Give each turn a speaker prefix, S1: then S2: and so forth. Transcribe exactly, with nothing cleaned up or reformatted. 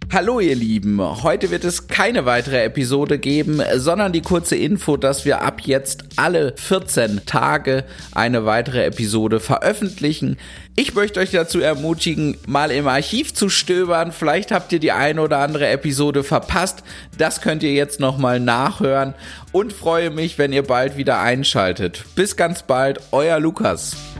S1: Hallo ihr Lieben, heute wird es keine weitere Episode geben, sondern die kurze Info, dass wir ab jetzt alle vierzehn Tage eine weitere Episode veröffentlichen. Ich möchte euch dazu ermutigen, mal im Archiv zu stöbern, vielleicht habt ihr die eine oder andere Episode verpasst, das könnt ihr jetzt nochmal nachhören und freue mich, wenn ihr bald wieder einschaltet. Bis ganz bald, euer Lukas.